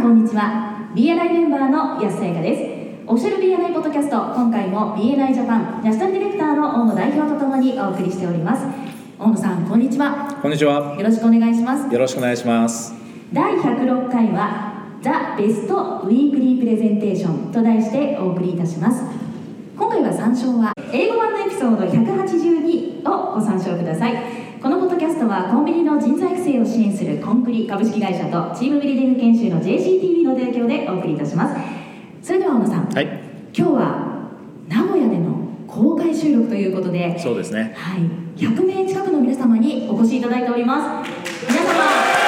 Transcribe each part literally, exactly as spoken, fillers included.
こんにちは。 ビーエヌアイ メンバーの安さやかです。オフィシャル ビーエヌアイ ポッドキャスト、今回も ビーエヌアイ ジャパンナショナルディレクターの大野代表とともにお送りしております。大野さん、こんにちは。 こんにちは。 よろしくお願いします。 よろしくお願いします。 だいひゃくろっかいはザ・ベストウィークリープレゼンテーションと題してお送りいたします。今回は参照は英語版のエピソードひゃくはちじゅうにをご参照ください。このポッドキャストはコンビニの人材育成を支援するコンクリ株式会社とチームビルディング研修の ジェーシーティービー の提供でお送りいたします。それでは大野さん、 はい、 今日は名古屋での公開収録ということで、 そうですね、 はい、ひゃくめい近くの皆様にお越しいただいております。皆様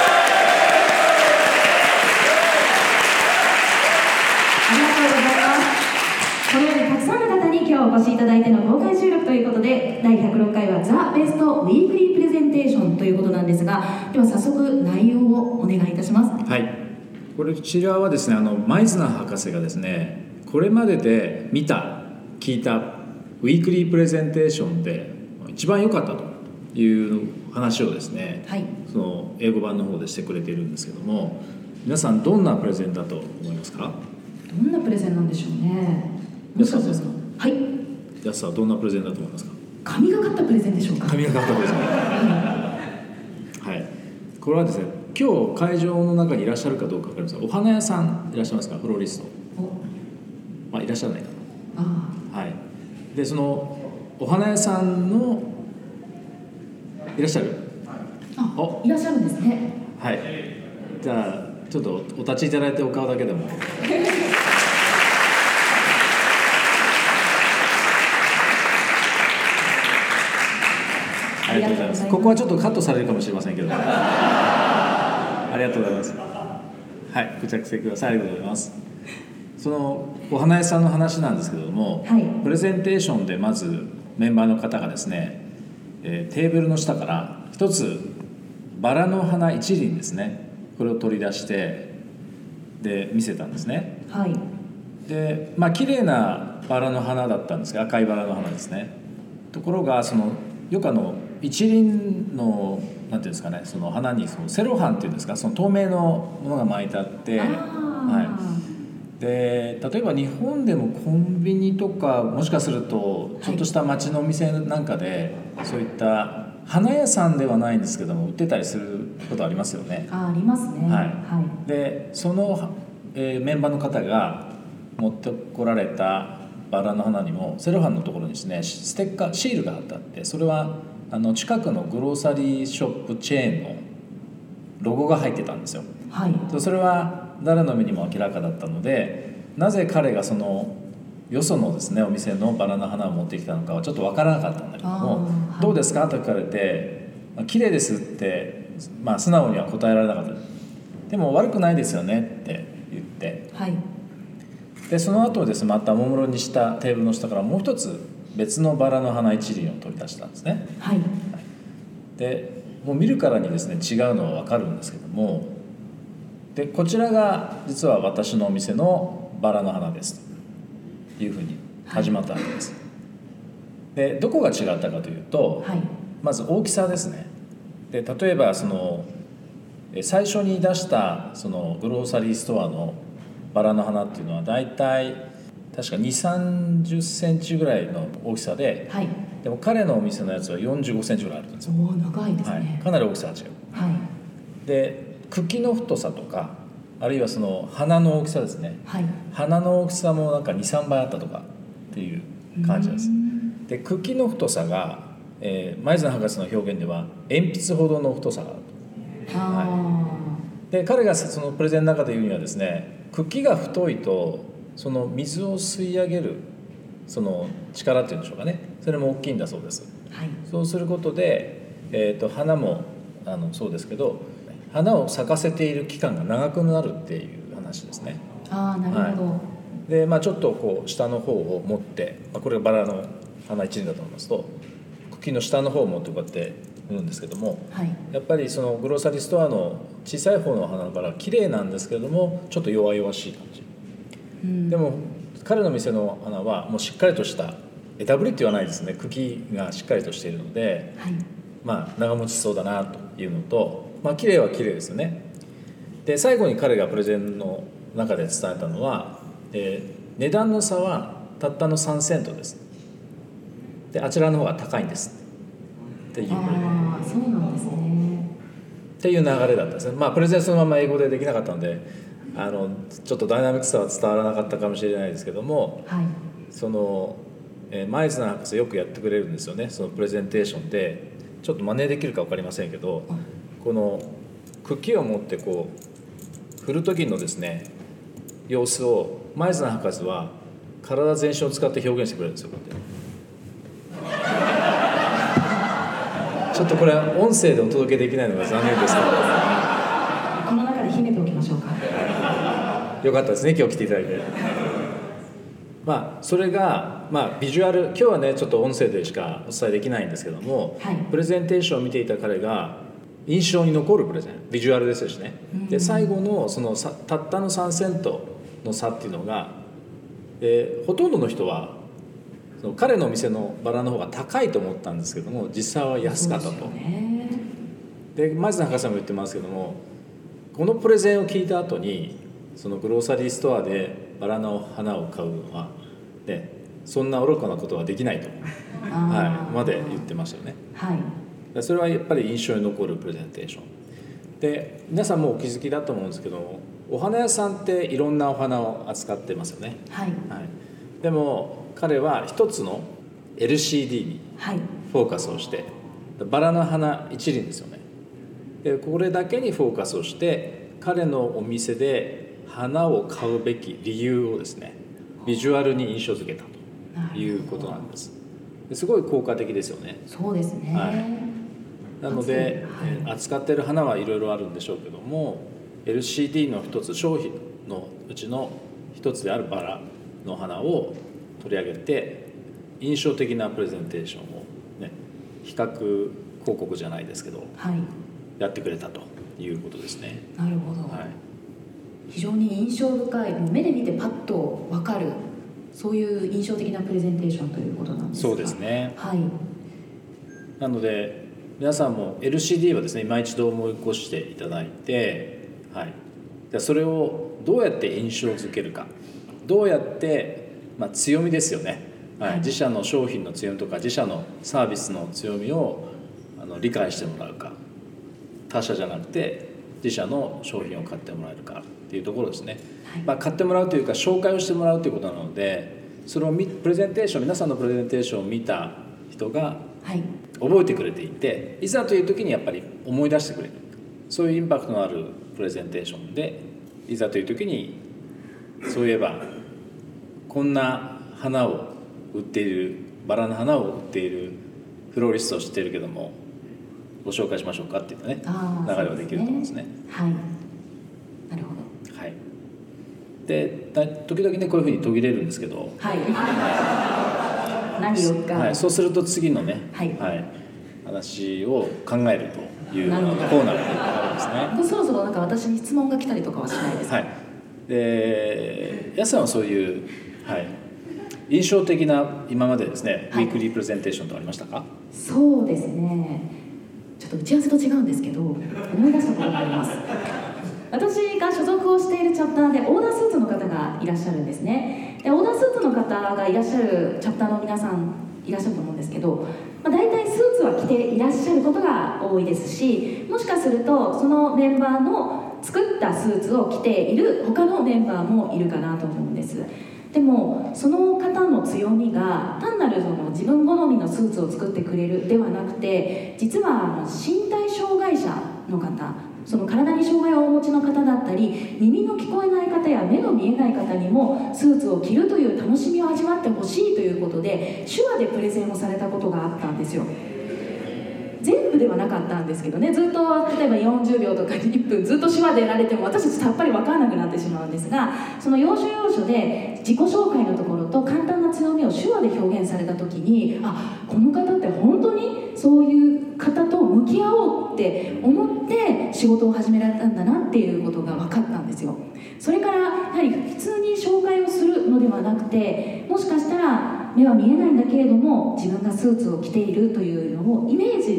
ありがとうございます。このようにたくさんの方に今日お越しいただいての公開収録ということで、だいひゃくろっかいはザ・ベストウィークリープレゼンテーションということなんですが、では早速内容をお願いいたします。 はい、こちらはですね、あのマイズナー博士がですね、これまでで見た聞いたウィークリープレゼンテーションで一番良かったという話をですね、はい、その英語版の方でしてくれているんですけども、皆さんどんなプレゼンだと思いますか？どんなプレゼンなんでしょうね。 安さんですか？ はい。 安さんはどんなプレゼンだと思いますか？ 神がかったプレゼンでしょうか？ 神がかったプレゼンはい。これはですね、今日会場の中にいらっしゃるかどうか分かりませんが、お花屋さんいらっしゃいますか？フローリスト。まあ、いらっしゃらないかな。あ、はい。で、そのお花屋さんのいらっしゃる？ あ、おいらっしゃるんですね。 はい。じゃあちょっとお立ちいただいてお顔だけでもありがとうございます。ここはちょっとカットされるかもしれませんけどありがとうございます。はい、ご着席ください。ありがとうございます。そのお花屋さんの話なんですけれども、はい、プレゼンテーションでまずメンバーの方がですね、えー、テーブルの下から一つバラの花一輪ですね、これを取り出してで見せたんですね。はい。で、まあ綺麗なバラの花だったんですが、赤いバラの花ですね。ところがそのよくあの一輪のなんていうんですかね、その花にそのセロハンっていうんですか、その透明のものが巻いてあって、はい。で、例えば日本でもコンビニとかもしかするとちょっとした街のお店なんかで、はい、そういった花屋さんではないんですけども売ってたりすることありますよね。 あ、ありますね。 はい。はい、でその、えー、メンバーの方が持ってこられたバラの花にもセロハンのところにですね、ステッカーシールが貼ってあって、それはあの近くのグローサリーショップチェーンのロゴが入ってたんですよ。はい。それは誰の目にも明らかだったので、なぜ彼がそのよそのですねお店のバラの花を持ってきたのかはちょって分からなかったんだけども、はい、どうですかと聞かれて、綺麗ですって、まあ、素直には答えられなかった。でも悪くないですよねって言って、はい、でその後ですね、またおもむろにしたテーブルの下からもう一つ別のバラの花一輪を取り出したんですね。はい、でもう見るからにですね違うのは分かるんですけども、でこちらが実は私のお店のバラの花ですというふうに始まったわけです。はい、でどこが違ったかというと、はい、まず大きさですね。で例えばその最初に出したそのグローサリーストアのバラの花っていうのはだいたい確かにじゅうさんじゅっセンチぐらいの大きさで、はい、でも彼のお店のやつはよんじゅうごセンチぐらいあるんですよ。 お長いですね。 はい、かなり大きさが違う。はい、で茎の太さとか、あるいはその花の大きさですね、はい、花の大きさもなんか にさんばいあったとかっていう感じです。で茎の太さが、えー、マイズナー博士の表現では鉛筆ほどの太さがあると。はい、で彼がそのプレゼンの中で言うにはですね、茎が太いとその水を吸い上げるその力っていうんでしょうかね、それも大きいんだそうです。はい、そうすることで、えー、と花もあのそうですけど、花を咲かせている期間が長くなるっていう話ですね。 ああ、なるほど。はい、 で、まあ、ちょっとこう下の方を持って、まあ、これがバラの花一輪だと思いますと、茎の下の方を持ってこうやって売るんですけども、はい、やっぱりそのグローサリーストアの小さい方の花のバラは綺麗なんですけれども、ちょっと弱々しい感じ。うん、でも彼の店の花はもうしっかりとした枝ぶりって言わないですね、茎がしっかりとしているので、はい、まあ長持ちそうだなというのと、まあ綺麗は綺麗ですよね。 で最後に彼がプレゼンの中で伝えたのは、えー、値段の差はたったのさんセントです。であちらの方が高いんですっていう。 ああ、そうなんですね。 っていう流れだったんですね。まあプレゼンそのまま英語でできなかったので、あのちょっとダイナミックさは伝わらなかったかもしれないですけども、 はい、 その、えー、マイズナー博士よくやってくれるんですよね。そのプレゼンテーションでちょっと真似できるか分かりませんけど、この茎を持ってこう振る時のですね様子をマイズナー博士は体全身を使って表現してくれるんですよ。こうやってちょっとこれは音声でお届けできないのが残念ですけど、 この中で秘めておきましょうか。 よかったですね、今日来ていただいて。まあそれが、まあ、ビジュアル、今日はねちょっと音声でしかお伝えできないんですけども、 はい、 プレゼンテーションを見ていた彼が印象に残るプレゼン、ビジュアルですしね、で最後のそのさたったのさんセントの差っていうのが、えー、ほとんどの人はその彼のお店のバラの方が高いと思ったんですけども、実際は安かったと。でマイズナー博士も言ってますけども、このプレゼンを聞いた後にそのグローサリーストアでバラの花を買うのは、ね、そんな愚かなことはできないと、はい、まで言ってましたよね。 はい、 それはやっぱり印象に残るプレゼンテーションで、皆さんもお気づきだと思うんですけど、お花屋さんっていろんなお花を扱ってますよね。 はい、 はい、でも彼は一つの エルシーディー にフォーカスをして、バラの花一輪ですよね。でこれだけにフォーカスをして彼のお店で花を買うべき理由をですねビジュアルに印象付けたということなんです。すごい効果的ですよね。そうですね、はい、なので、はい、扱っている花はいろいろあるんでしょうけども、 エルシーディー の一つ、商品のうちの一つであるバラの花を取り上げて印象的なプレゼンテーションを、ね、比較広告じゃないですけど、はい、やってくれたということですね。 なるほど、はい、非常に印象深い、目で見てパッと分かる、そういう印象的なプレゼンテーションということなんですか。 そうですね、 はい、 なので皆さんも エルシーディー はですね今一度思い起こしていただいて、はい、でそれをどうやって印象づけるか、どうやって、まあ、強みですよね、はいはい、自社の商品の強みとか自社のサービスの強みをあの理解してもらうか、他社じゃなくて自社の商品を買ってもらえるかっていうところですね、はい、まあ、買ってもらうというか紹介をしてもらうということなので、それをプレゼンテーション、皆さんのプレゼンテーションを見た人が覚えてくれていて、いざという時にやっぱり思い出してくれる、そういうインパクトのあるプレゼンテーションで、いざという時にそういえばこんな花を売っている、バラの花を売っているフローリストを知っているけどもご紹介しましょうかっていうね、流れはできると思うんですね。 はい、なるほど。はい。で、時々ねこういうふうに途切れるんですけど、はい。 はい、何をか、 はい、そうすると次のね、はい、はい、話を考えるというコーナーがあるんですね。 そろそろなんか私に質問が来たりとかはしないですか。 はい。で、やすさんはそういう、はい、印象的な今までですね、はい、ウィークリープレゼンテーションとありましたか。 そうですね、ちょっと打ち合わせと違うんですけど、思い出したことがあります。私が所属をしているチャプターでオーダースーツの方がいらっしゃるんですね。でオーダースーツの方がいらっしゃるチャプターの皆さんいらっしゃると思うんですけど、まあ、大体スーツは着ていらっしゃることが多いですし、もしかするとそのメンバーの作ったスーツを着ている他のメンバーもいるかなと思うんです。でもその方の強みが単なるその自分好みのスーツを作ってくれるではなくて、実は身体障害者の方、その体に障害をお持ちの方だったり、耳の聞こえない方や目の見えない方にもスーツを着るという楽しみを味わってほしいということで手話でプレゼンをされたことがあったんですよ。全部ではなかったんですけどね、ずっと例えばよんじゅうびょうとかいっぷんずっと手話でやられても私たちさっぱり分からなくなってしまうんですが、その要所要所で自己紹介のところと簡単な強みを手話で表現された時に、あ、この方って本当にそういう方と向き合おうって思って仕事を始められたんだなっていうことが分かったんですよ。それからやはり普通に紹介をするのではなくて、もしかしたら目は見えないんだけれども自分がスーツを着ているというのをイメージし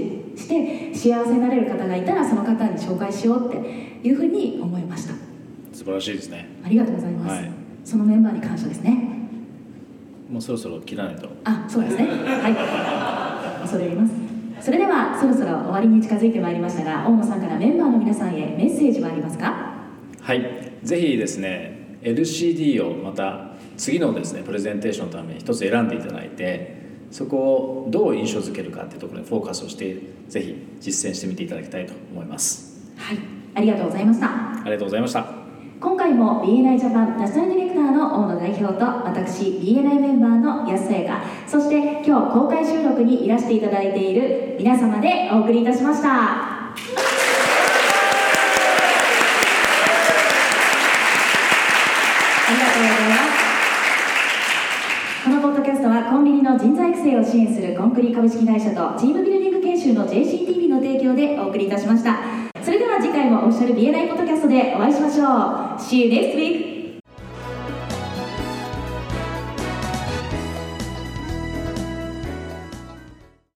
して幸せになれる方がいたらその方に紹介しようっていうふうに思いました。 素晴らしいですね。 ありがとうございます、はい、そのメンバーに感謝ですね。 もうそろそろ切らないと。 あ、そうですね。はい恐れ入ります。それではそろそろ終わりに近づいてまいりましたが、大野さんからメンバーの皆さんへメッセージはありますか？ はい、ぜひですね エルシーディー をまた次のですねプレゼンテーションのために一つ選んでいただいて、そこをどう印象づけるかっていうところにフォーカスをしてぜひ実践してみていただきたいと思います。 はい、ありがとうございました。 ありがとうございました。 今回も ビーエヌアイ ジャパンナショナルディレクターの大野代表と私 ビーエヌアイ メンバーの安江が、そして今日公開収録にいらしていただいている皆様でお送りいたしました。ありがとうございます。このポッドキャストはコンビニの人材育成を支援するコンクリ株式会社とチームビルディング研修の ジェーシーティービー の提供でお送りいたしました。それでは次回もオフィシャル ビーエヌアイ ポッドキャストでお会いしましょう。See you next week!